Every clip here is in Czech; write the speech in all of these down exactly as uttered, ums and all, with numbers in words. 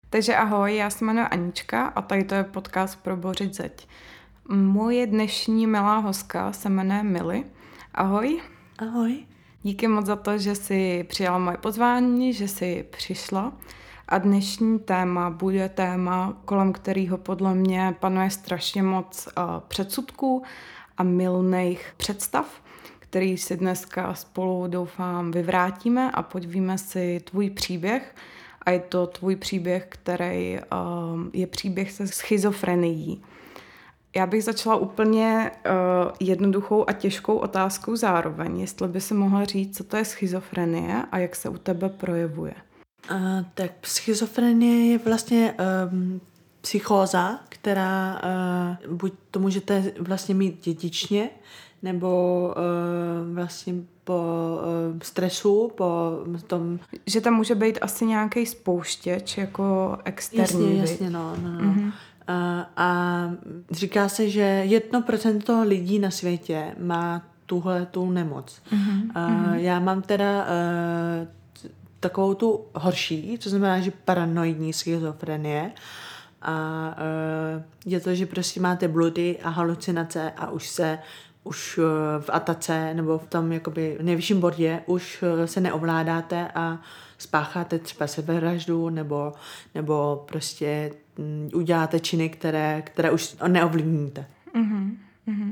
Takže ahoj, já se jmenuji Anička a tady to je podcast pro Bořit zeď. Moje dnešní milá hostka se jmenuje Mili. Ahoj. Ahoj. Díky moc za to, že jsi přijala moje pozvání, že jsi přišla. A dnešní téma bude téma, kolem kterého podle mě panuje strašně moc uh, předsudků a mylných představ, který si dneska spolu, doufám, vyvrátíme a podívíme si tvůj příběh. A je to tvůj příběh, který uh, je příběh se schizofrenií. Já bych začala úplně uh, jednoduchou a těžkou otázkou zároveň. Jestli by si mohla říct, co to je schizofrenie a jak se u tebe projevuje. Uh, tak schizofrenie je vlastně um, psychóza, která uh, buď to můžete vlastně mít dědičně, nebo uh, vlastně po uh, stresu, po tom... Že tam může být asi nějaký spouštěč, jako externí. Jasně, jasně, no, no, no. Mm-hmm. Uh, a říká se, že jedno procento lidí na světě má tuhle tu nemoc. Mm-hmm. Uh, já mám teda uh, takovou tu horší, co znamená, že paranoidní schizofrenie. A uh, je to, že prostě máte bludy a halucinace a už se už uh, v atace nebo v tom jakoby nejvyšším bodě už uh, se neovládáte a spácháte třeba sebevraždu nebo, nebo prostě um, uděláte činy, které, které už neovlivníte. Mm-hmm, mm-hmm.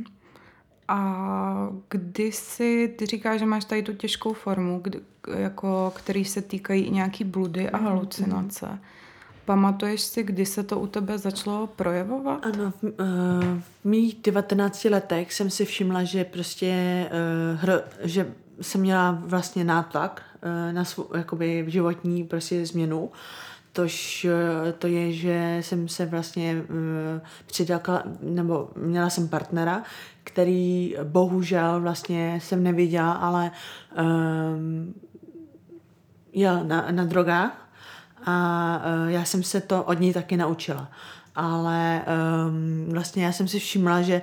A kdy si, ty říkáš, že máš tady tu těžkou formu, kdy, jako, který se týkají i nějaký bludy a halucinace. Mm-hmm. Pamatuješ si, kdy se to u tebe začalo projevovat? Ano, v, uh, v mých devatenácti letech jsem si všimla, že prostě, uh, hr, že jsem měla vlastně nátlak uh, na svou, jakoby životní prostě změnu. Tož uh, to je, že jsem se vlastně uh, přidala, nebo měla jsem partnera, který bohužel vlastně jsem neviděla, ale um, jel na, na drogách. A uh, já jsem se to od ní taky naučila. Ale um, vlastně já jsem si všimla, že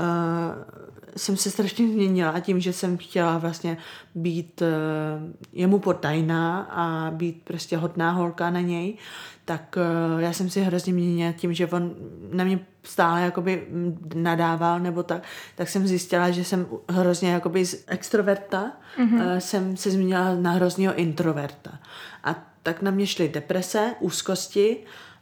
uh, jsem se strašně změnila tím, že jsem chtěla vlastně být uh, jemu potajná a být prostě hodná holka na něj, tak uh, já jsem si hrozně měnila tím, že on na mě stále jakoby nadával nebo tak, tak jsem zjistila, že jsem hrozně jakoby z extroverta mm-hmm. uh, jsem se změnila na hrozného introverta. A tak na mě šly deprese, úzkosti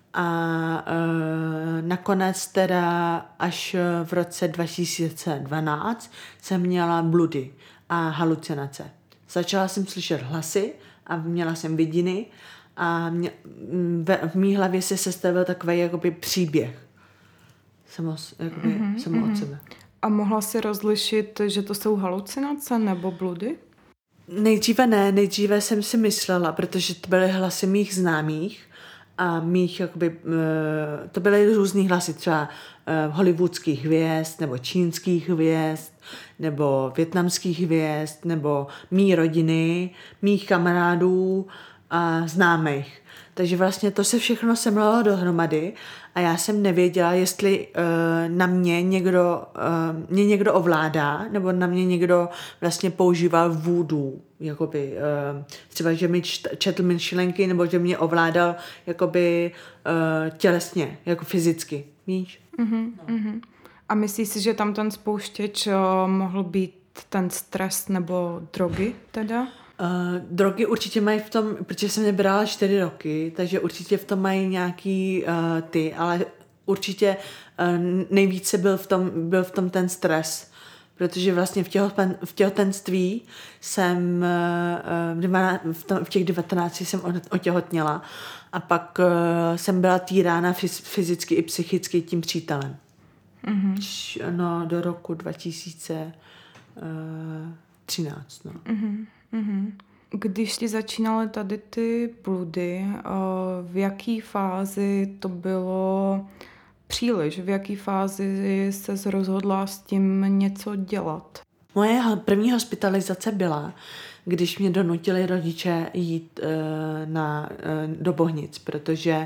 a e, nakonec teda až v roce dva tisíce dvanáct jsem měla bludy a halucinace. Začala jsem slyšet hlasy a měla jsem vidiny a mě, ve, v mý hlavě se sestavil takový jakoby příběh samo, jakoby, mm-hmm, samo mm-hmm. od sebe. A mohla si rozlišit, že to jsou halucinace nebo bludy? Nejdříve ne, nejdříve jsem si myslela, protože to byly hlasy mých známých a mých, jakoby, to byly různý hlasy, třeba hollywoodských hvězd, nebo čínských hvězd, nebo vietnamských hvězd, nebo mý rodiny, mých kamarádů a známých. Takže vlastně to se všechno semlalo dohromady a já jsem nevěděla, jestli uh, na mě někdo, uh, mě někdo ovládá, nebo na mě někdo vlastně používal voodoo, jakoby, uh, třeba, že mi četl myšlenky, nebo že mě ovládal jakoby uh, tělesně, jako fyzicky, víš? Uh-huh, no. uh-huh. A myslíš si, že tam ten spouštěč uh, mohl být ten stres nebo drogy teda? Uh, drogy určitě mají v tom, protože jsem nebrala čtyři roky, takže určitě v tom mají nějaký uh, ty, ale určitě uh, nejvíce byl v tom, byl v tom ten stres, protože vlastně v, těhoten, v těhotenství jsem uh, v, tom, v těch devatenácti jsem otěhotněla a pak uh, jsem byla týrána fyzicky i psychicky tím přítelem. Mm-hmm. No, do roku dva tisíce třináct. No. Mm-hmm. Mm-hmm. Když ti začínaly tady ty bludy, v jaký fázi to bylo příliš? V jaký fázi ses rozhodla s tím něco dělat? Moje první hospitalizace byla, když mě donutili rodiče jít uh, na, uh, do Bohnic, protože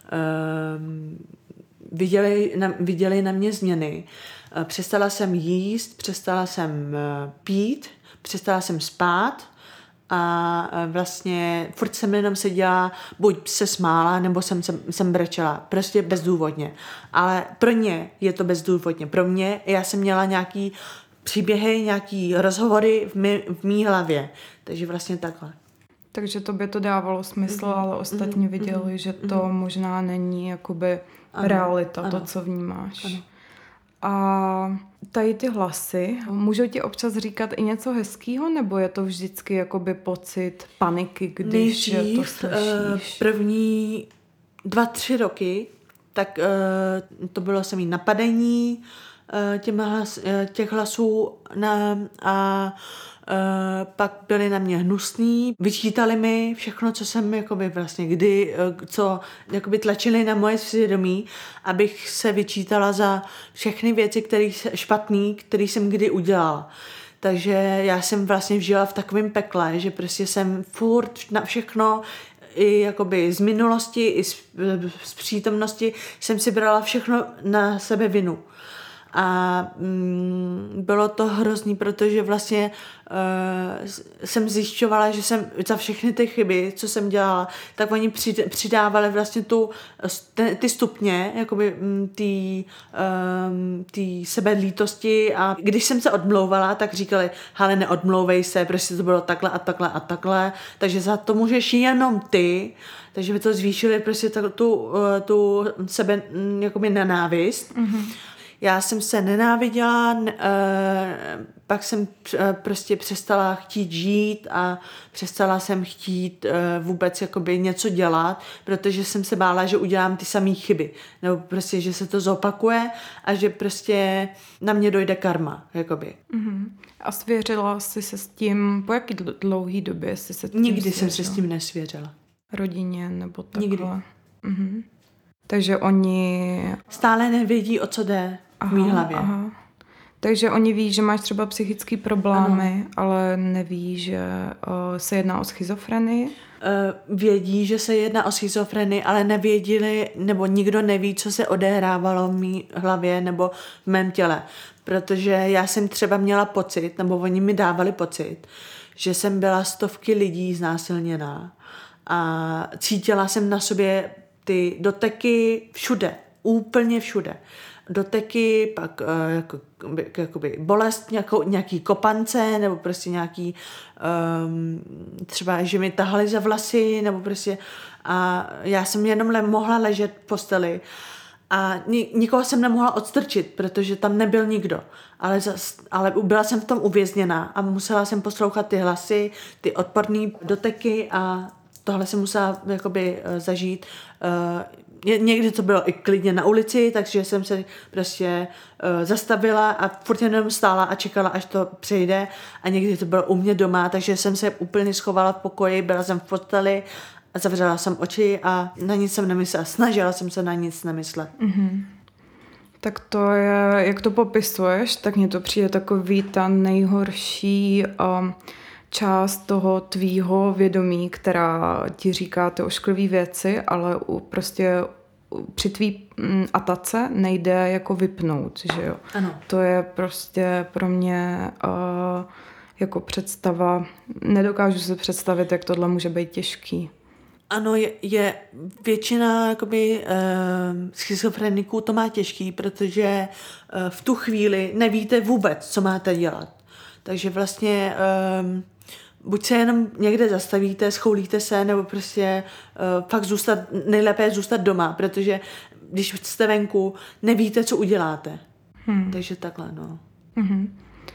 uh, viděli, na, viděli na mě změny. Uh, přestala jsem jíst, přestala jsem uh, pít, přestala jsem spát a vlastně furt jsem jenom seděla, buď se smála, nebo jsem, jsem, jsem brečela. Prostě bezdůvodně. Ale pro ně je to bezdůvodně. Pro mě, já jsem měla nějaký příběhy, nějaký rozhovory v, mý, v mý hlavě. Takže vlastně takhle. Takže to by to dávalo smysl, mm-hmm. ale ostatní mm-hmm. viděli, že to mm-hmm. možná není jakoby ano. realita, ano. to, co vnímáš. Ano. A tady ty hlasy, můžou ti občas říkat i něco hezkýho, nebo je to vždycky jakoby pocit paniky, když Nejdřív, to slyšíš? První dva, tři roky, tak to bylo samý napadení hlas, těch hlasů na, a Uh, pak byli na mě hnusný, vyčítali mi všechno, co jsem jakoby vlastně kdy, co jakoby tlačili na moje svědomí, abych se vyčítala za všechny věci, které špatný, které jsem kdy udělala. Takže já jsem vlastně žila v takovém pekle, že prostě jsem furt na všechno, i jakoby z minulosti, i z, z přítomnosti jsem si brala všechno na sebe vinu. A mm, bylo to hrozný, protože vlastně uh, jsem zjišťovala, že jsem za všechny ty chyby, co jsem dělala, tak oni přidávali vlastně tu, ty stupně, jakoby ty um, sebelítosti a když jsem se odmlouvala, tak říkali, hele, neodmlouvej se, prostě to bylo takhle a takhle a takhle, takže za to můžeš jenom ty, takže by to zvýšili prostě tu, tu sebe jakoby nenávist. Mm-hmm. Já jsem se nenáviděla, pak jsem prostě přestala chtít žít a přestala jsem chtít vůbec jakoby něco dělat, protože jsem se bála, že udělám ty samé chyby. Nebo prostě, že se to zopakuje a že prostě na mě dojde karma. Jakoby. Uh-huh. A svěřila jsi se s tím, po jaký dlouhý době jsi se tím Nikdy svěřila? jsem se s tím nesvěřila. Rodině nebo takhle? Nikdy. Uh-huh. Takže oni... Stále nevědí, o co jde. V mý hlavě. Aha. Takže oni ví, že máš třeba psychické problémy, ano. ale neví, že uh, se jedná o schizofrenii. Uh, vědí, že se jedná o schizofrenii, ale nevěděli, nebo nikdo neví, co se odehrávalo v mý hlavě nebo v mém těle. Protože já jsem třeba měla pocit, nebo oni mi dávali pocit, že jsem byla stovky lidí znásilněná a cítila jsem na sobě ty doteky všude, úplně všude. Doteky, pak uh, jako, jakoby bolest, nějakou, nějaký kopance, nebo prostě nějaký um, třeba, že mi tahali za vlasy, nebo prostě a já jsem jenom le, mohla ležet v posteli a ni, nikoho jsem nemohla odstrčit, protože tam nebyl nikdo, ale, zas, ale byla jsem v tom uvězněná a musela jsem poslouchat ty hlasy, ty odporné doteky a tohle jsem musela jakoby zažít. Někdy to bylo i klidně na ulici, takže jsem se prostě zastavila a furt jenom stála a čekala, až to přejde a někdy to bylo u mě doma, takže jsem se úplně schovala v pokoji, byla jsem v posteli a zavřela jsem oči a na nic jsem nemyslela. Snažila jsem se na nic nemyslet. Mm-hmm. Tak to je, jak to popisuješ, tak mně to přijde takový ta nejhorší um, část toho tvýho vědomí, která ti říká ty ošklivé věci, ale u, prostě při tvý mm, atace nejde jako vypnout, že jo. Ano. To je prostě pro mě uh, jako představa, nedokážu si představit, jak tohle může být těžký. Ano, je, je většina jakoby, uh, schizofreniků to má těžký, protože uh, v tu chvíli nevíte vůbec, co máte dělat. Takže vlastně um, buď se jenom někde zastavíte, schoulíte se, nebo prostě uh, fakt zůstat, nejlépe je zůstat doma, protože když jste venku, nevíte, co uděláte. Hmm. Takže takhle, no. Hmm.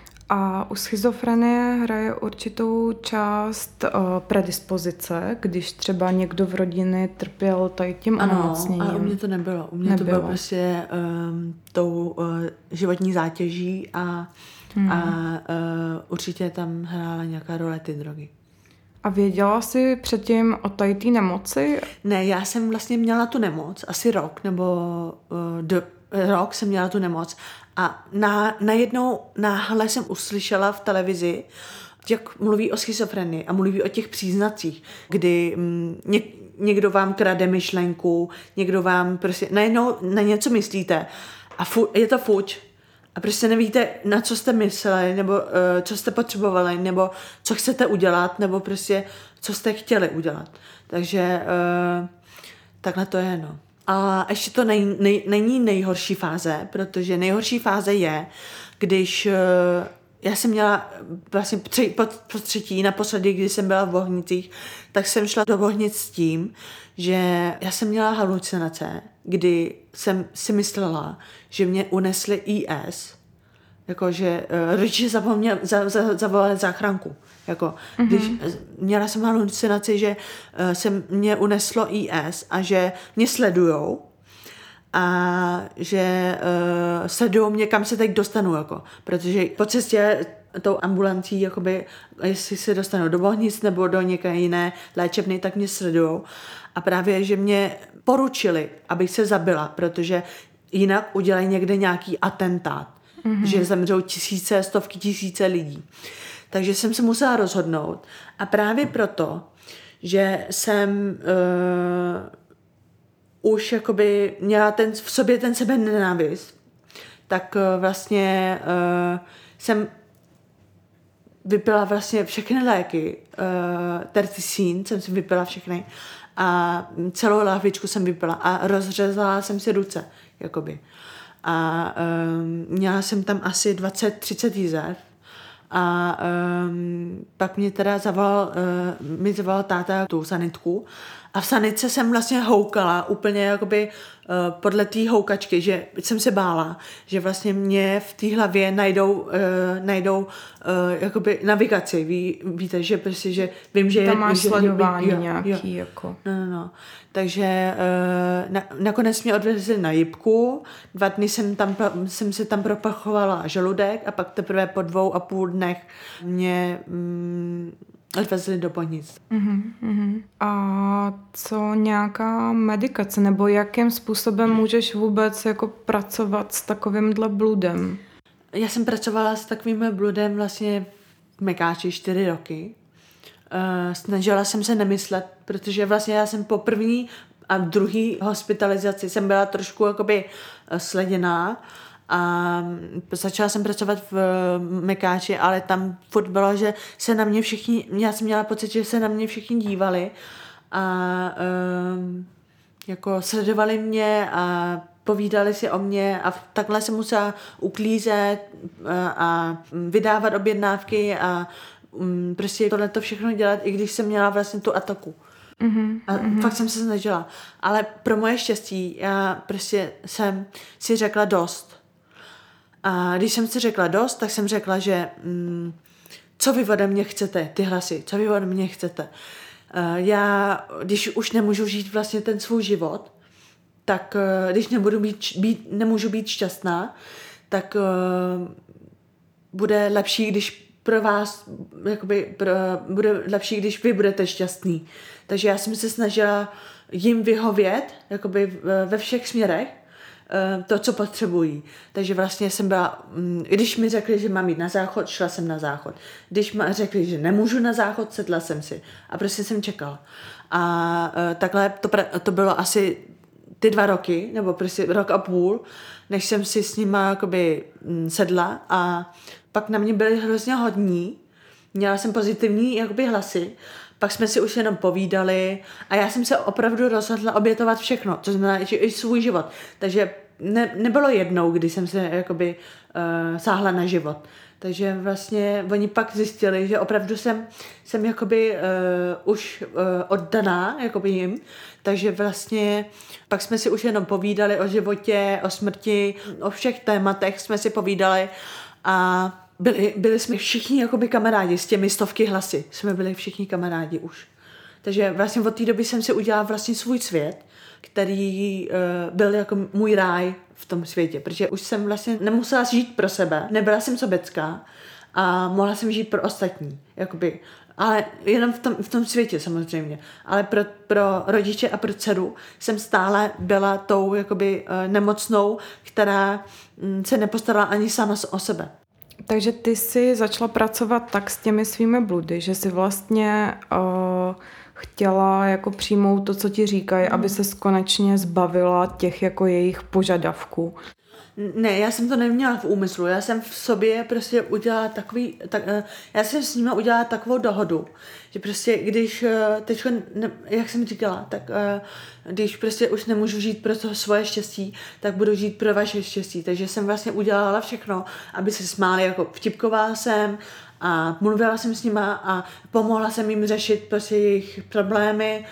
A u schizofrenie hraje určitou část uh, predispozice, když třeba někdo v rodině trpěl tady tím onemocněním. Ano, ale u mě to nebylo. U mě nebylo. To bylo prostě um, tou uh, životní zátěží a, hmm. a uh, určitě tam hrála nějaká role ty drogy. A věděla jsi předtím o tady té nemoci? Ne, já jsem vlastně měla tu nemoc, asi rok, nebo uh, do, rok jsem měla tu nemoc. A na, najednou náhle jsem uslyšela v televizi, jak mluví o schizofrenii a mluví o těch příznacích, kdy mm, ně, někdo vám krade myšlenku, někdo vám prostě najednou na něco myslíte a fu, je to fuč a prostě nevíte, na co jste mysleli, nebo uh, co jste potřebovali, nebo co chcete udělat, nebo prostě co jste chtěli udělat. Takže uh, takhle to je, no. A ještě to nej, nej, není nejhorší fáze, protože nejhorší fáze je, když uh, já jsem měla vlastně tři, po, po třetí, naposledy, když jsem byla v Bohnicích, tak jsem šla do Bohnic s tím, že já jsem měla halucinace, kdy jsem si myslela, že mě unesli í es, jakože uh, rodiče zapomněli, za, za, zavolali záchranku. Jako, mm-hmm. Když měla jsem halucinaci, že uh, se mě uneslo í es a že mě sledujou a že uh, sledujou mě, kam se teď dostanu, jako, protože po cestě tou ambulancí, jakoby, jestli se dostanu do Bohnic nebo do něké jiné léčebny, tak mě sledujou. A právě, že mě poručili, abych se zabila, protože jinak udělají někde nějaký atentát, mm-hmm. že zemřou tisíce, stovky tisíce lidí. Takže jsem se musela rozhodnout. A právě proto, že jsem uh, už jakoby měla ten, v sobě ten sebe nenávist, tak uh, vlastně uh, jsem vypila vlastně všechny léky. Uh, Terticín jsem si vypila všechny a celou lahvičku jsem vypila a rozřezala jsem si ruce, jakoby. A um, měla jsem tam asi dvacet třicet jízev. A um, pak mě teda zavolal, uh, mi zavolal táta tu sanitku a v sanitce jsem vlastně houkala úplně jakoby uh, podle té houkačky, že jsem se bála, že vlastně mě v té hlavě najdou, uh, najdou uh, jakoby navigaci, Ví, víte, že prostě, že vím, že... Tam máš že, sledování jo, nějaký, jo. jako... No, no, no. Takže uh, na, nakonec mě odvezli na Jipku, dva dny jsem, tam, jsem se tam propachovala žaludek a pak teprve po dvou a půl dnech mě mm, odvezli do Bohnic. Uh-huh, uh-huh. A co nějaká medikace, nebo jakým způsobem můžeš vůbec jako pracovat s takovýmhle bludem? Já jsem pracovala s takovým bludem vlastně v Mekáči čtyři roky. Uh, snažila jsem se nemyslet, protože vlastně já jsem po první a druhý hospitalizaci jsem byla trošku jakoby sleděná a začala jsem pracovat v Mekáči, ale tam furt bylo, že se na mě všichni, já jsem měla pocit, že se na mě všichni dívali a um, jako sledovali mě a povídali si o mě a takhle jsem musela uklízet a, a vydávat objednávky a um, prostě tohleto všechno dělat, i když jsem měla vlastně tu ataku. Mm-hmm, a mm-hmm. fakt jsem se snažila. Ale pro moje štěstí já prostě jsem si řekla dost. A když jsem si řekla dost, tak jsem řekla, že mm, co vy ode mě chcete, ty hlasy, co vy ode mě chcete. Uh, já, když už nemůžu žít vlastně ten svůj život, tak uh, když nebudu být, být, nemůžu být šťastná, tak uh, bude lepší, když pro vás, jakoby, pro, bude lepší, když vy budete šťastný. Takže já jsem se snažila jim vyhovět, jakoby ve všech směrech, to, co potřebují. Takže vlastně jsem byla, když mi řekli, že mám jít na záchod, šla jsem na záchod. Když mi řekli, že nemůžu na záchod, sedla jsem si. A prostě jsem čekala. A takhle to, to bylo asi ty dva roky, nebo prostě rok a půl, než jsem si s nima jakoby sedla a pak na mě byli hrozně hodní. Měla jsem pozitivní jakoby hlasy. Pak jsme si už jenom povídali a já jsem se opravdu rozhodla obětovat všechno, to znamená i svůj život. Takže ne, nebylo jednou, kdy jsem se jakoby uh, sáhla na život. Takže vlastně oni pak zjistili, že opravdu jsem, jsem jakoby uh, už uh, oddaná jakoby jim. Takže vlastně pak jsme si už jenom povídali o životě, o smrti, o všech tématech jsme si povídali a Byli, byli jsme všichni jakoby kamarádi, s těmi stovky hlasy. Jsme byli všichni kamarádi už. Takže vlastně od té doby jsem si udělala vlastně svůj svět, který uh, byl jako můj ráj v tom světě, protože už jsem vlastně nemusela žít pro sebe, nebyla jsem sobecká a mohla jsem žít pro ostatní, jakoby. Ale jenom v tom, v tom světě samozřejmě. Ale pro, pro rodiče a pro dceru jsem stále byla tou jakoby uh, nemocnou, která um, se nepostarala ani sama o sebe. Takže ty jsi začala pracovat tak s těmi svými bludy, že jsi vlastně uh, chtěla jako přijmout to, co ti říkají, mm. aby se konečně zbavila těch jako jejich požadavků. Ne, já jsem to neměla v úmyslu, já jsem v sobě prostě udělala takový, tak, já jsem s nima udělala takovou dohodu, že prostě když teď, jak jsem říkala, tak když prostě už nemůžu žít pro to svoje štěstí, tak budu žít pro vaše štěstí, takže jsem vlastně udělala všechno, aby se smáli, jako vtipkovala jsem a mluvila jsem s nima a pomohla jsem jim řešit prostě jejich problémy.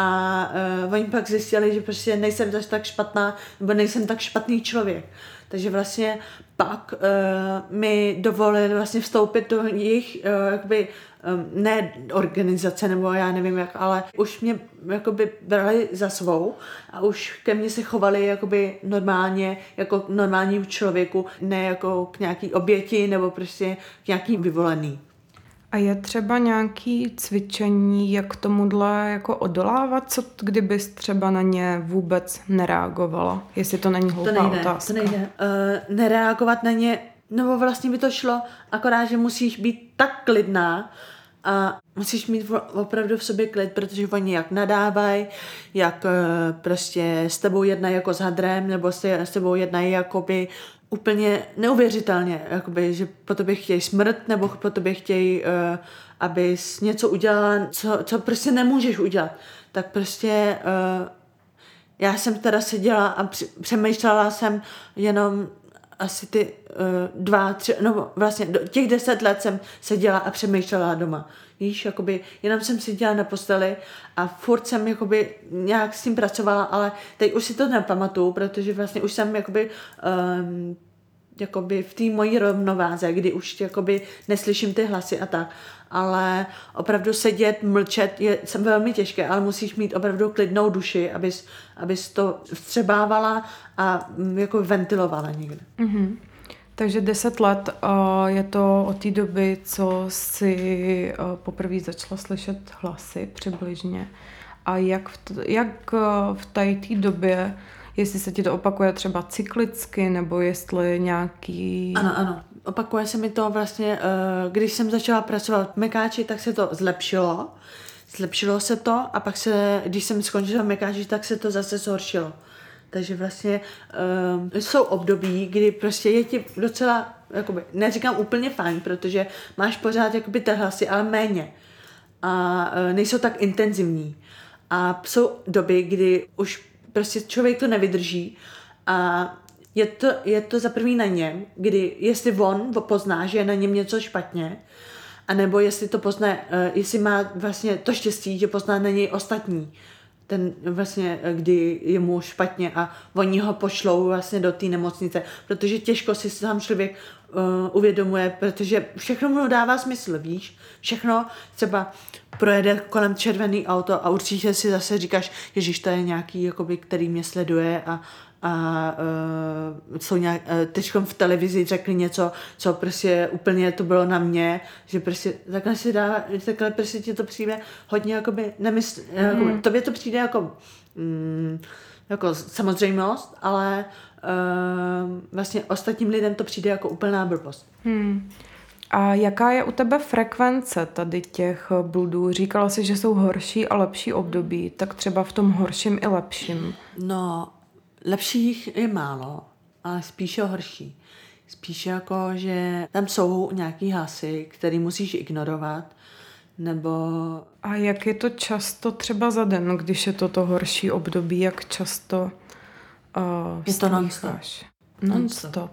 A uh, oni pak zjistili, že prostě nejsem tak špatná, nebo nejsem tak špatný člověk. Takže vlastně pak uh, mi dovolili vlastně vstoupit do jejich uh, jakoby, um, ne organizace, nebo já nevím jak, ale už mě jakoby brali za svou a už ke mně se chovali jakoby normálně, jako k normálnímu člověku, ne jako k nějaký oběti nebo prostě k nějaký vyvolený. A je třeba nějaké cvičení, jak tomuhle jako odolávat, co kdybys třeba na ně vůbec nereagovala? Jestli to není hloupá to nejde, otázka. To nejde. Uh, nereagovat na ně, no vlastně by to šlo, akorát, že musíš být tak klidná a musíš mít opravdu v sobě klid, protože oni jak nadávají, jak uh, prostě s tebou jednají jako s hadrem, nebo s tebou jednají jakoby úplně neuvěřitelně, jakoby, že po tobě chtějí smrt, nebo po tobě chtějí, uh, abys něco udělala, co, co prostě nemůžeš udělat. Tak prostě uh, já jsem teda seděla a přemýšlela jsem jenom asi ty uh, dva, tři, no vlastně do těch deset let jsem seděla a přemýšlela doma. Víš, jakoby, jenom jsem seděla na posteli a furt jsem jakoby nějak s tím pracovala, ale teď už si to nepamatuju, protože vlastně už jsem jakoby, um, jakoby v té mojí rovnováze, kdy už jakoby neslyším ty hlasy a tak. Ale opravdu sedět, mlčet je velmi těžké, ale musíš mít opravdu klidnou duši, abys, abys to vstřebávala a jako ventilovala někde. Mm-hmm. Takže deset let uh, je to od té doby, co jsi uh, poprvé začala slyšet hlasy přibližně. A jak v, t- jak, uh, v té době, jestli se ti to opakuje třeba cyklicky, nebo jestli nějaký... Ano, ano. Opakuje se mi to vlastně, uh, když jsem začala pracovat v Mekáči, tak se to zlepšilo. Zlepšilo se to a pak se, když jsem skončila v Mekáči, tak se to zase zhoršilo. Takže vlastně um, jsou období, kdy prostě je ti docela, jakoby, neříkám úplně fajn, protože máš pořád jakoby ty hlasy, ale méně. A uh, nejsou tak intenzivní. A jsou doby, kdy už prostě člověk to nevydrží a je to, je to za první na něm, kdy jestli on pozná, že je na něm něco špatně, anebo jestli to pozná, uh, jestli má vlastně to štěstí, že pozná na něj ostatní. Ten vlastně, kdy je mu špatně a oni ho pošlou vlastně do té nemocnice, protože těžko si sám člověk uh, uvědomuje, protože všechno mu dává smysl, víš? Všechno třeba projede kolem červený auto a určitě si zase říkáš, ježiš, to je nějaký, jakoby, který mě sleduje a a uh, jsou nějak, uh, teďkom v televizi řekli něco, co prostě úplně to bylo na mě, že prostě takhle si dá, takhle prostě ti to přijde hodně jakoby nemysl, mm. jakoby, tobě to přijde jako mm, jako samozřejmost, ale uh, vlastně ostatním lidem to přijde jako úplná blbost. Hmm. A jaká je u tebe frekvence tady těch bludů? Říkala jsi, že jsou horší a lepší období, tak třeba v tom horším i lepším. No, lepších je málo, ale spíše horší. Spíše jako, že tam jsou nějaký hlasy, který musíš ignorovat, nebo... A jak je to často třeba za den, když je to to horší období, jak často uh, je to non-stop. Non-stop.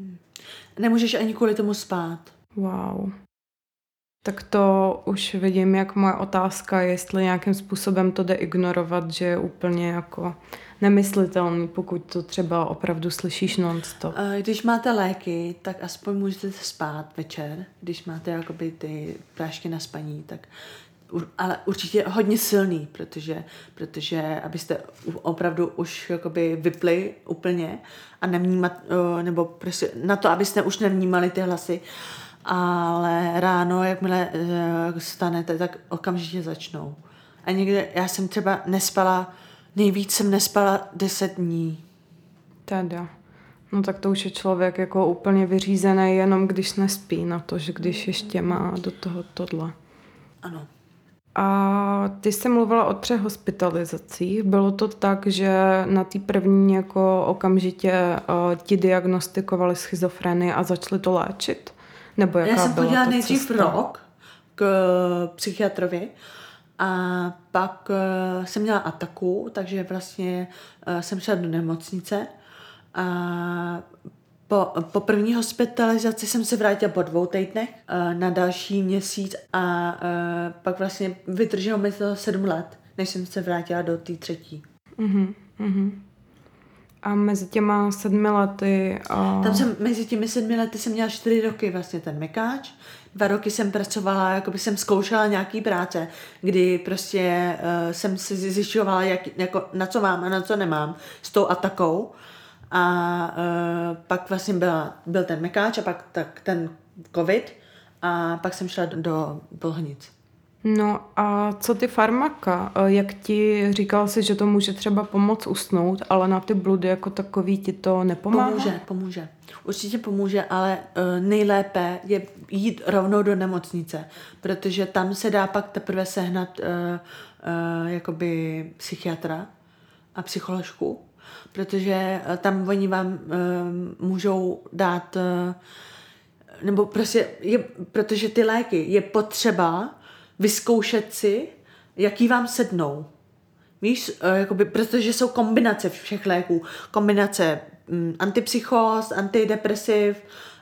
Nemůžeš ani kvůli tomu spát. Wow. Tak to už vidím, jak moje otázka, jestli nějakým způsobem to jde ignorovat, že je úplně jako nemyslitelný, pokud to třeba opravdu slyšíš non-stop. Když máte léky, tak aspoň můžete spát večer. Když máte jakoby ty prášky na spaní, tak ale určitě hodně silný, protože, protože abyste opravdu už jakoby vypli úplně a nevnímat, nebo prostě na to, abyste už nevnímali ty hlasy, ale ráno, jakmile stanete, tak okamžitě začnou. A někde, já jsem třeba nespala, nejvíc jsem nespala deset dní. Teda. No tak to už je člověk jako úplně vyřízený, jenom když nespí na to, že když ještě má do toho tohle. Ano. A ty jsi mluvila o třech hospitalizacích. Bylo to tak, že na té první jako okamžitě uh, ti diagnostikovali schizofrenii a začali to léčit? Nebo jaká Já jsem byla chodila ta nejdřív cesta? rok k psychiatrovi a pak uh, jsem měla ataku, takže vlastně uh, jsem šla do nemocnice a po, po první hospitalizaci jsem se vrátila po dvou týdnech uh, na další měsíc a uh, pak vlastně vydrželo mi to sedm let, než jsem se vrátila do té třetí. Uh-huh, uh-huh. A mezi těma sedmi lety... Uh... Tam jsem, mezi těmi sedmi lety jsem měla čtyři roky vlastně ten mekáč. Dva roky jsem pracovala, jako by jsem zkoušela nějaký práce, kdy prostě uh, jsem si zjišťovala, jak, jako, na co mám a na co nemám s tou atakou. A uh, pak vlastně byla, byl ten mekáč a pak tak ten covid a pak jsem šla do, do Bohnic. No a co ty farmaka? Jak ti říkal jsi, že to může třeba pomoct usnout, ale na ty bludy jako takový ti to nepomáhá? Pomůže, pomůže. Určitě pomůže, ale uh, nejlépe je jít rovnou do nemocnice, protože tam se dá pak teprve sehnat uh, uh, jakoby psychiatra a psycholožku, protože uh, tam oni vám uh, můžou dát, uh, nebo prostě, je, protože ty léky je potřeba vyzkoušet si, jaký vám sednou. Víš, jakoby, protože jsou kombinace všech léků. Kombinace mm, antipsychóz, antidepresiv,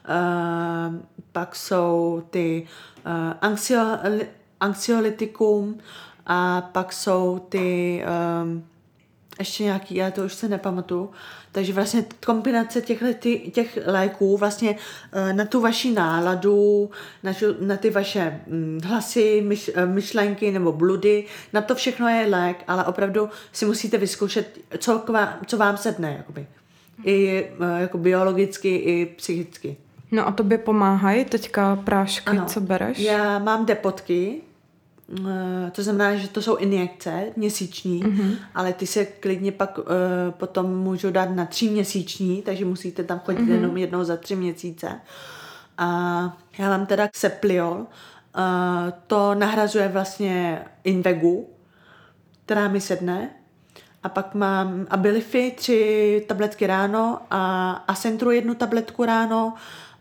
uh, pak jsou ty uh, anxio, anxiolytikum a pak jsou ty um, ještě nějaký, já to už se nepamatuju. Takže vlastně kombinace těch, těch léků vlastně na tu vaši náladu, na, na ty vaše hlasy, myš, myšlenky nebo bludy, na to všechno je lék, ale opravdu si musíte vyzkoušet, co, vám, co vám sedne, jakoby. I jako biologicky, i psychicky. No a tobě pomáhají teďka prášky, ano, co bereš? Já mám depotky, to znamená, že to jsou injekce měsíční, mm-hmm. ale ty se klidně pak uh, potom můžou dát na tři měsíční, takže musíte tam chodit mm-hmm. jenom jednou za tři měsíce. A já mám teda Xepliol, uh, to nahrazuje vlastně Invegu, která mi sedne. A pak mám Abilify, tři tabletky ráno a Asentru jednu tabletku ráno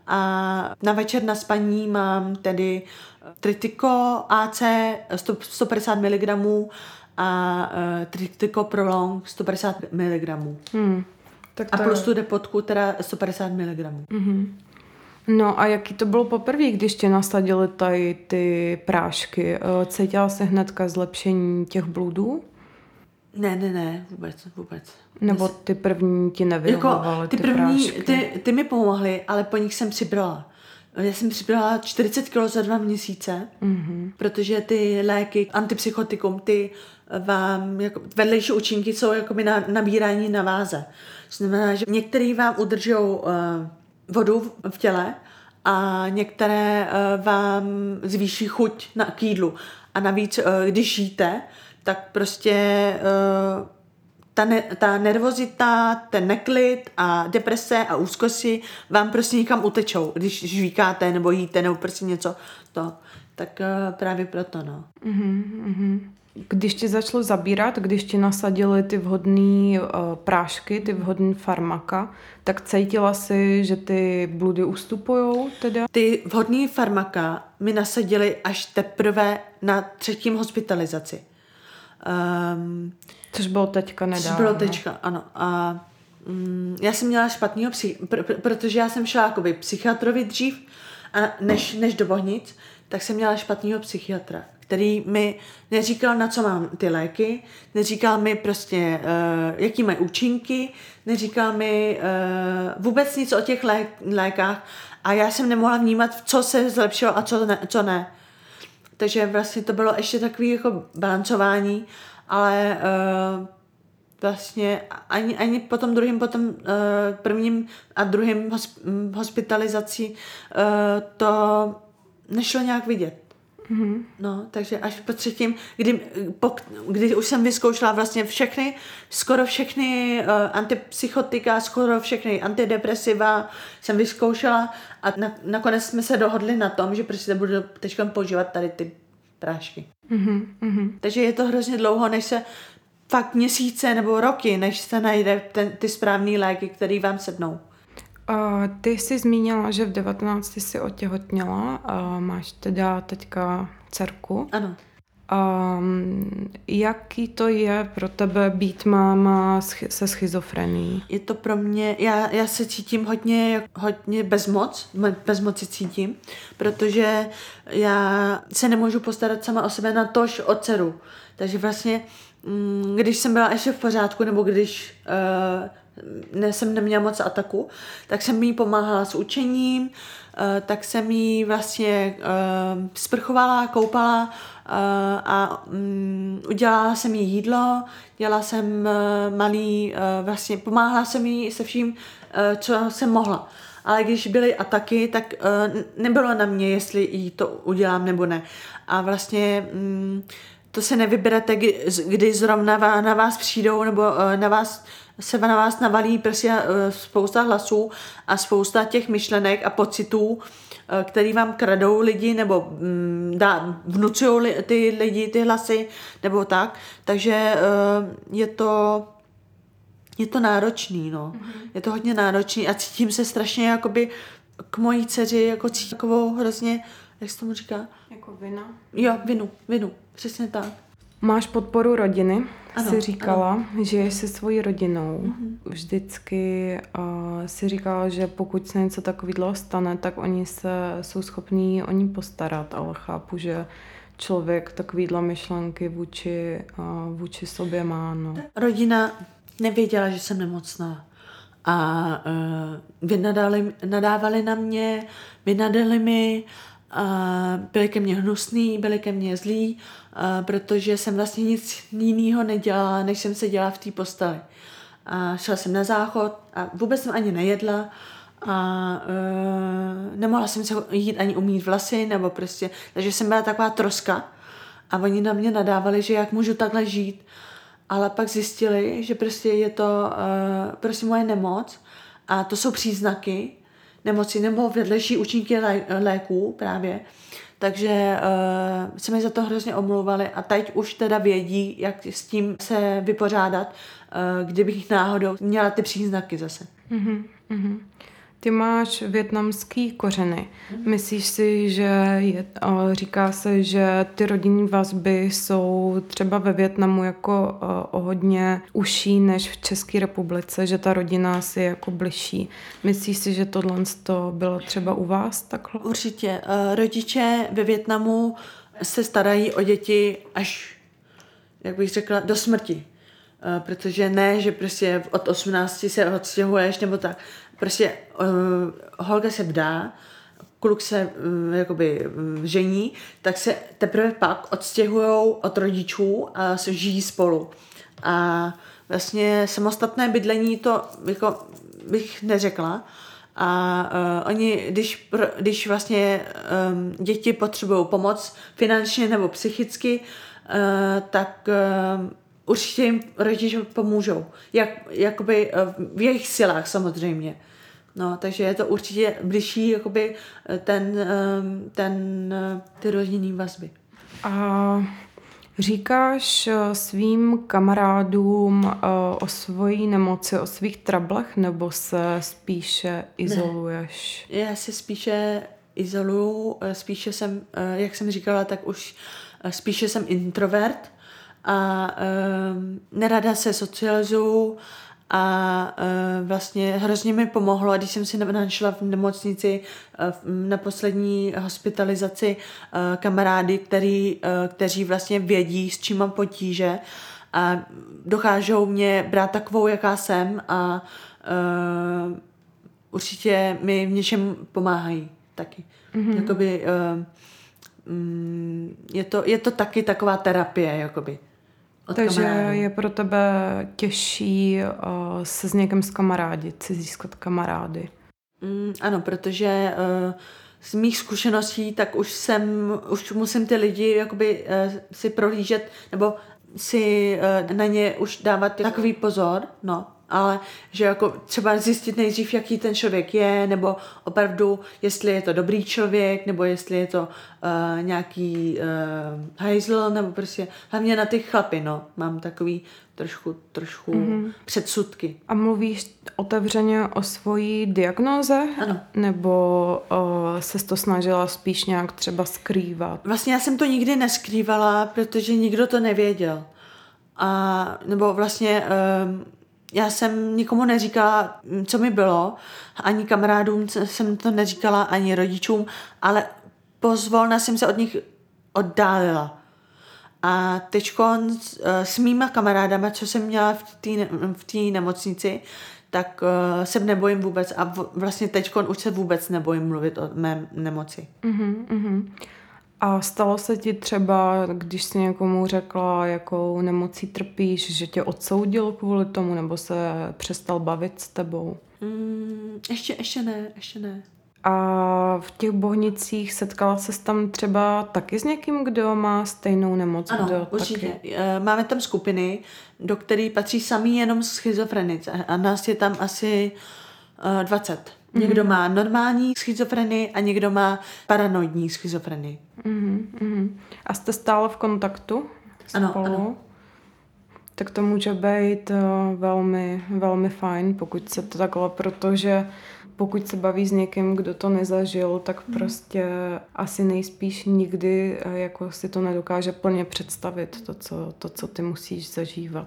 a na večer na spaní mám tedy Tritico A C sto padesát miligramů a uh, Tritico Prolong sto padesát miligramů. Hmm. Tak to... A plus tu depotku teda sto padesát miligramů. Mm-hmm. No a jaký to bylo poprvé, když tě nasadili tady ty prášky? Cítila jsi hnedka zlepšení těch bludů? Ne, ne, ne, vůbec, vůbec. Nebo ty první ti nevyhovovaly jako, ty, ty první, prášky? Ty, ty mi pomohly, ale po nich jsem přibrala. Já jsem přibrala čtyřicet kilo za dva měsíce, mm-hmm. protože ty léky, antipsychotikum, ty vám, jako, vedlejší účinky jsou jakoby na nabírání na váze. Znamená, že některý vám udržou uh, vodu v těle a některé uh, vám zvýší chuť na, k jídlu. A navíc, uh, když jíte, tak prostě uh, ta, ne, ta nervozita, ten neklid a deprese a úzkosti vám prostě někam utečou, když žvíkáte nebo jíte nebo prostě něco to. Tak uh, právě proto, no. Uh-huh, uh-huh. Když ti začalo zabírat, když ti nasadili ty vhodné uh, prášky, ty vhodné farmaka, tak cítila si, že ty bludy ustupujou teda? Ty vhodné farmaka mi nasadili až teprve na třetím hospitalizaci. Um, Což bylo teďka nedávno. Což bylo teďka, ano. A mm, já jsem měla špatnýho psych... Pr- pr- protože já jsem šla jakoby psychiatrovi dřív, a než, než do Bohnic, tak jsem měla špatnýho psychiatra, který mi neříkal, na co mám ty léky, neříkal mi prostě, uh, jaký mají účinky, neříkal mi uh, vůbec nic o těch lé- lékách a já jsem nemohla vnímat, co se zlepšilo a co ne. Co ne. Takže vlastně to bylo ještě takový jako balancování, ale uh, vlastně ani, ani po tom druhým, potom uh, prvním a druhým hosp- hospitalizací uh, to nešlo nějak vidět. Mm-hmm. No, takže až po třetím, kdy, po, kdy už jsem vyzkoušela vlastně všechny, skoro všechny uh, antipsychotika, skoro všechny antidepresiva jsem vyzkoušela a na, nakonec jsme se dohodli na tom, že prostě budu teď používat tady ty prášky. Mm-hmm, mm-hmm. Takže je to hrozně dlouho, než se fakt měsíce nebo roky, než se najde ten, ty správný léky, který vám sednou. Uh, ty jsi zmínila, že v devatenácti jsi otěhotněla a máš teda teďka dcerku. Ano. Um, jaký to je pro tebe být máma se schizofrenií? Je to pro mě, já, já se cítím hodně, hodně bezmoc, bezmoci cítím, protože já se nemůžu postarat sama o sebe, natož o dceru. Takže vlastně, když jsem byla ještě v pořádku, nebo když uh, ne, jsem neměla moc ataku, tak jsem jí pomáhala s učením, uh, tak jsem jí vlastně uh, sprchovala, koupala uh, a um, udělala jsem jí jídlo, dělala jsem uh, malý, uh, vlastně pomáhala jsem jí se vším, uh, co jsem mohla. Ale když byly ataky, tak uh, nebylo na mě, jestli jí to udělám nebo ne. A vlastně um, to se nevyberete, kdy zrovna na vás přijdou, nebo na vás se na vás navalí prostě spousta hlasů a spousta těch myšlenek a pocitů, který vám kradou lidi, nebo dá, vnucují ty lidi ty hlasy, nebo tak. Takže je to, je to náročný, no. Mm-hmm. Je to hodně náročný a cítím se strašně jakoby k mojí dceři, jako cítím takovou hrozně, jak se tomu říká? Jako vina? Jo, vinu, vinu, přesně tak. Máš podporu rodiny, ano, jsi říkala, ano. žiješ se svojí rodinou. Mm-hmm. Vždycky uh, jsi říkala, že pokud se něco takového stane, tak oni se jsou schopní o ní postarat, ale chápu, že člověk takovýhle myšlenky vůči, uh, vůči sobě má. No. Rodina nevěděla, že jsem nemocná. A uh, vynadali, nadávali na mě, vynadali mi, uh, byli ke mně hnusný, byli ke mně zlí, uh, protože jsem vlastně nic jiného nedělala, než jsem seděla v té posteli. A šla jsem na záchod a vůbec jsem ani nejedla a uh, nemohla jsem se jít ani umýt vlasy, nebo prostě, takže jsem byla taková troska a oni na mě nadávali, že jak můžu takhle žít. Ale pak zjistili, že prostě je to uh, prostě moje nemoc a to jsou příznaky nemoci nebo vedlejší účinky lé- léků právě. Takže uh, se mi za to hrozně omlouvali a teď už teda vědí, jak s tím se vypořádat, uh, kdybych náhodou měla ty příznaky zase. Mm-hmm, mm-hmm. Ty máš vietnamský kořeny. Myslíš si, že je, říká se, že ty rodinní vazby jsou třeba ve Vietnamu jako o hodně užší než v České republice, že ta rodina si je jako bližší. Myslíš si, že tohle to bylo třeba u vás takhle? Určitě. Rodiče ve Vietnamu se starají o děti až, jak bych řekla, do smrti. Protože ne, že prostě od osmnácti se odstěhuješ nebo tak. Prostě uh, holka se vdá, kluk se uh, jakoby uh, žení, tak se teprve pak odstěhujou od rodičů a žijí spolu. A vlastně samostatné bydlení to jako bych neřekla. A uh, oni, když, když vlastně um, děti potřebují pomoc finančně nebo psychicky, uh, tak uh, určitě jim rodiče pomůžou. Jak, jakoby v jejich silách samozřejmě. No, takže je to určitě bližší jakoby ten, ten, ty rodinný vazby. A říkáš svým kamarádům o svojí nemoci, o svých trablech, nebo se spíše izoluješ? Ne. Já se spíše izoluju, spíše jsem, jak jsem říkala, tak už spíše jsem introvert, a um, nerada se socializuju a uh, vlastně hrozně mi pomohlo, když jsem si našla v nemocnici uh, na poslední hospitalizaci uh, kamarády, který, uh, kteří vlastně vědí, s čím mám potíže a dokážou mě brát takovou, jaká jsem a uh, určitě mi v něčem pomáhají taky. Mm-hmm. Jakoby, uh, um, je, to, je to taky taková terapie, jakoby. Takže kamarádů. Je pro tebe těžší uh, se s někým zkamarádit, si získat kamarády. Mm, ano, protože uh, z mých zkušeností tak už jsem, už musím ty lidi jakoby uh, si prohlížet, nebo si uh, na ně už dávat takový pozor, no, ale že jako třeba zjistit nejdřív, jaký ten člověk je, nebo opravdu, jestli je to dobrý člověk, nebo jestli je to uh, nějaký uh, hajzl, nebo prostě hlavně na ty chlapy, no. Mám takový trošku, trošku mm-hmm. předsudky. A mluvíš otevřeně o svojí diagnóze? Ano. Nebo uh, ses to snažila spíš nějak třeba skrývat? Vlastně já jsem to nikdy neskrývala, protože nikdo to nevěděl. A, nebo vlastně um, já jsem nikomu neříkala, co mi bylo, ani kamarádům jsem to neříkala, ani rodičům, ale pozvolna jsem se od nich oddálila. A teďko s, s mýma kamarádama, co jsem měla v té v té nemocnici, tak uh, se nebojím vůbec a v, vlastně teďko už se vůbec nebojím mluvit o mé nemoci. Uh-huh, uh-huh. A stalo se ti třeba, když jsi někomu řekla, jakou nemocí trpíš, že tě odsoudil kvůli tomu, nebo se přestal bavit s tebou? Mm, ještě, ještě ne, ještě ne. A v těch Bohnicích setkala ses tam třeba taky s někým, kdo má stejnou nemoc? Ano, kdo určitě. Taky? Máme tam skupiny, do kterých patří samý jenom schizofrenice a nás je tam asi uh, dvacet. Někdo mm-hmm. má normální schizofrenii a někdo má paranoidní schizofrenii. Mm-hmm, mm-hmm. A jste stále v kontaktu ano, spolu? Ano. Tak to může být uh, velmi, velmi fajn, pokud se to takhle, protože pokud se baví s někým, kdo to nezažil, tak mm. prostě asi nejspíš nikdy uh, jako si to nedokáže plně představit, to co, to, co ty musíš zažívat.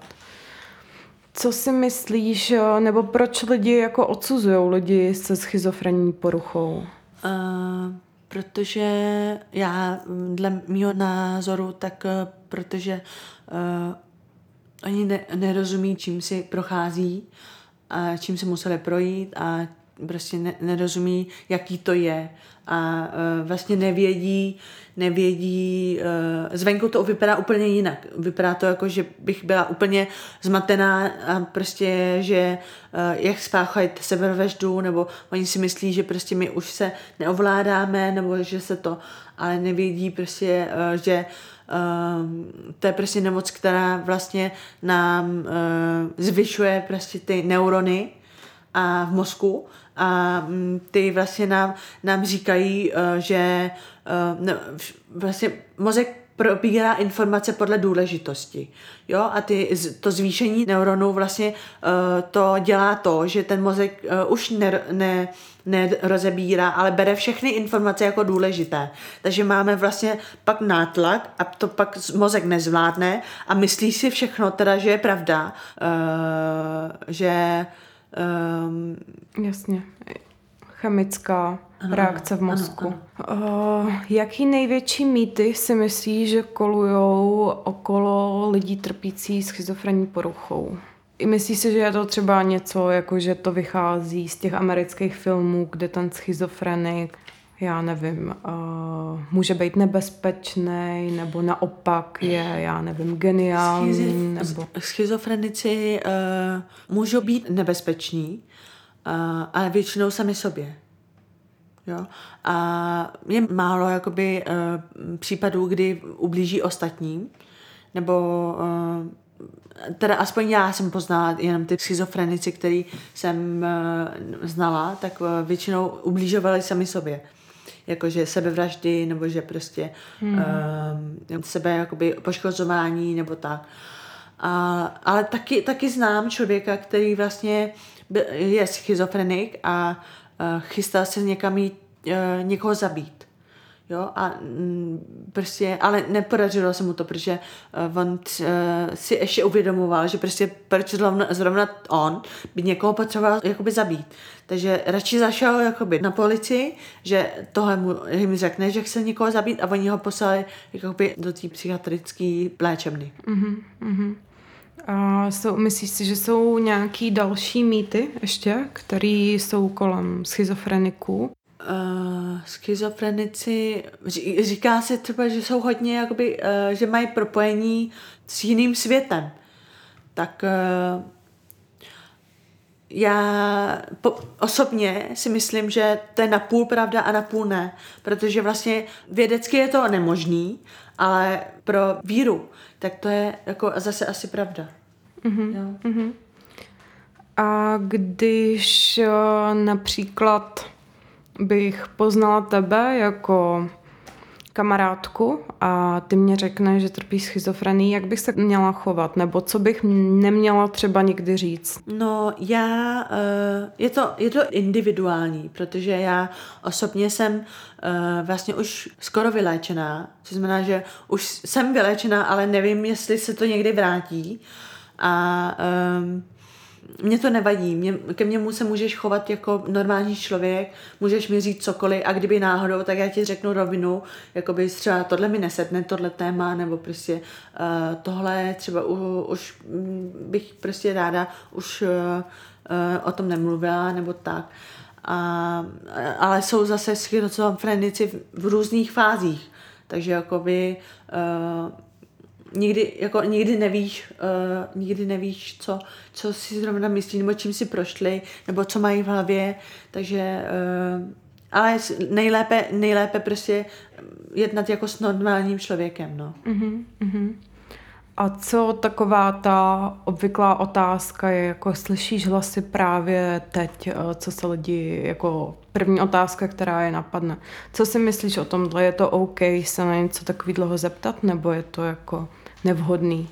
Co si myslíš, nebo proč lidi jako odsuzujou lidi se schizofrenní poruchou? Uh, protože já, dle mýho názoru, tak uh, protože uh, oni ne, nerozumí, čím si prochází a čím se museli projít a prostě ne, nerozumí, jaký to je a uh, vlastně nevědí, nevědí, uh, zvenku to vypadá úplně jinak. Vypadá to jako, že bych byla úplně zmatená a prostě, že uh, jak spáchat sebevraždu, nebo oni si myslí, že prostě my už se neovládáme, nebo že se to, ale nevědí prostě, uh, že Uh, to je prostě nemoc, která vlastně nám uh, zvyšuje prostě ty neurony a v mozku a um, ty vlastně nám, nám říkají, uh, že uh, ne, vlastně mozek probírá informace podle důležitosti. Jo? A ty, to zvýšení neuronů vlastně uh, to dělá to, že ten mozek uh, už ne, ne, nerozebírá, ale bere všechny informace jako důležité. Takže máme vlastně pak nátlak a to pak mozek nezvládne a myslí si všechno teda, že je pravda, uh, že um, jasně. Chemická ano, reakce v mozku. Ano, ano. Uh, jaký největší mýty si myslíš, že kolujou okolo lidí trpící schizofrenní poruchou? I myslíš si, že je to třeba něco, jako že to vychází z těch amerických filmů, kde ten schizofrenik, já nevím, uh, může být nebezpečný, nebo naopak je, já nevím, geniální, Schizi- nebo... Schizofrenici uh, můžou být nebezpeční, uh, ale většinou sami sobě. Jo? A je málo jakoby, uh, případů, kdy ublíží ostatním, nebo uh, teda aspoň já jsem poznala jenom ty schizofrenici, který jsem uh, znala, tak uh, většinou ublížovali sami sobě. Jakože sebevraždy, nebo že prostě hmm. uh, sebe jakoby poškozování, nebo tak. A, ale taky, taky znám člověka, který vlastně je schizofrenik a uh, chystá se někam jít, uh, někoho zabít. Jo, a mm, prostě, ale nepodařilo se mu to, protože uh, on uh, si ještě uvědomoval, že prostě proč zrovna, zrovna on by někoho potřeboval jakoby zabít. Takže radši zašel jakoby na policii, že tohle mu, jim řekne, že chce někoho zabít a oni ho poslali jakoby do té psychiatrické léčebny. Mm-hmm, mm-hmm. A jsou, myslíš si, že jsou nějaký další mýty ještě, které jsou kolem schizofreniků? Uh, schizofrenici, říká se třeba, že jsou hodně, jakoby, uh, že mají propojení s jiným světem. Tak uh, já po, osobně si myslím, že to je napůl pravda a napůl ne, protože vlastně vědecky je to nemožný, ale pro víru, tak to je jako zase asi pravda. Mm-hmm, mm-hmm. A když uh, například bych poznala tebe jako kamarádku a ty mě řekneš, že trpíš schizofrenii, jak bych se měla chovat? Nebo co bych neměla třeba nikdy říct? No já, je to, je to individuální, protože já osobně jsem vlastně už skoro vyléčená, což znamená, že už jsem vyléčená, ale nevím, jestli se to někdy vrátí a um, mně to nevadí, mě, ke mně se můžeš chovat jako normální člověk, můžeš mi říct cokoliv a kdyby náhodou, tak já ti řeknu rovinu, jakoby třeba tohle mi nesetne, tohle téma, nebo prostě uh, tohle třeba uh, už bych prostě ráda už uh, uh, o tom nemluvila, nebo tak. A, ale jsou zase schizofrenici v, v různých fázích, takže jakoby uh, Nikdy, jako, nikdy nevíš, uh, nikdy nevíš, co, co si zrovna myslí, nebo čím si prošli, nebo co mají v hlavě, takže, uh, ale nejlépe, nejlépe prostě jednat jako s normálním člověkem, no. Uh-huh, uh-huh. A co taková ta obvyklá otázka je, jako slyšíš hlasy právě teď, co se lidi, jako první otázka, která je napadne. Co si myslíš o tomhle? Je to OK se na něco takový dlouho zeptat, nebo je to jako nevhodný?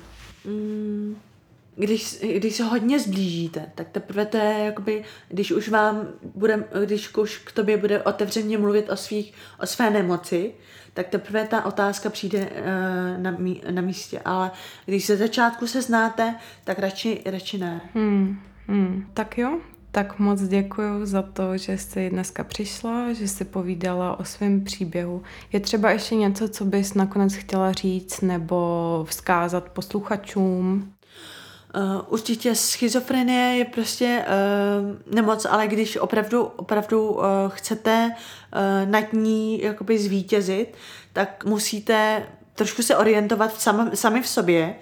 Mm, když, když se hodně zblížíte, tak teprve to je jakoby, když už vám bude, když už k tobě bude otevřeně mluvit o, svých, o své nemoci, tak teprve ta otázka přijde uh, na, mí, na místě. Ale když se začátku se znáte, tak radši, radši ne. Hmm, hmm. Tak jo, tak moc děkuju za to, že jsi dneska přišla, že jsi povídala o svém příběhu. Je třeba ještě něco, co bys nakonec chtěla říct nebo vzkázat posluchačům? Uh, určitě schizofrenie je prostě uh, nemoc, ale když opravdu, opravdu uh, chcete uh, nad ní jakoby zvítězit, tak musíte trošku se orientovat sami, sami v sobě,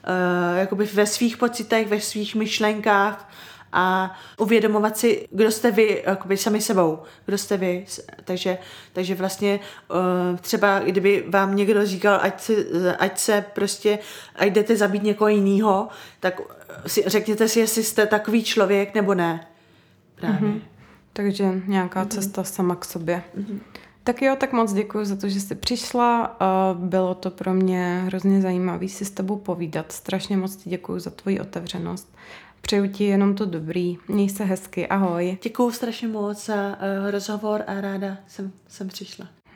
uh, jakoby ve svých pocitech, ve svých myšlenkách a uvědomovat si, kdo jste vy, jakoby sami sebou, kdo jste vy. Takže, takže vlastně uh, třeba, kdyby vám někdo říkal, ať se, ať se prostě, ať jdete zabít někoho jinýho, tak si, řekněte si, jestli jste takový člověk, nebo ne. Právě. Mm-hmm. Takže nějaká mm-hmm. cesta sama k sobě. Mm-hmm. Tak jo, tak moc děkuji za to, že jsi přišla. Bylo to pro mě hrozně zajímavé si s tebou povídat. Strašně moc ti děkuji za tvoji otevřenost. Přeju ti jenom to dobrý. Měj se hezky. Ahoj. Děkuji strašně moc za uh, rozhovor a ráda jsem, jsem přišla.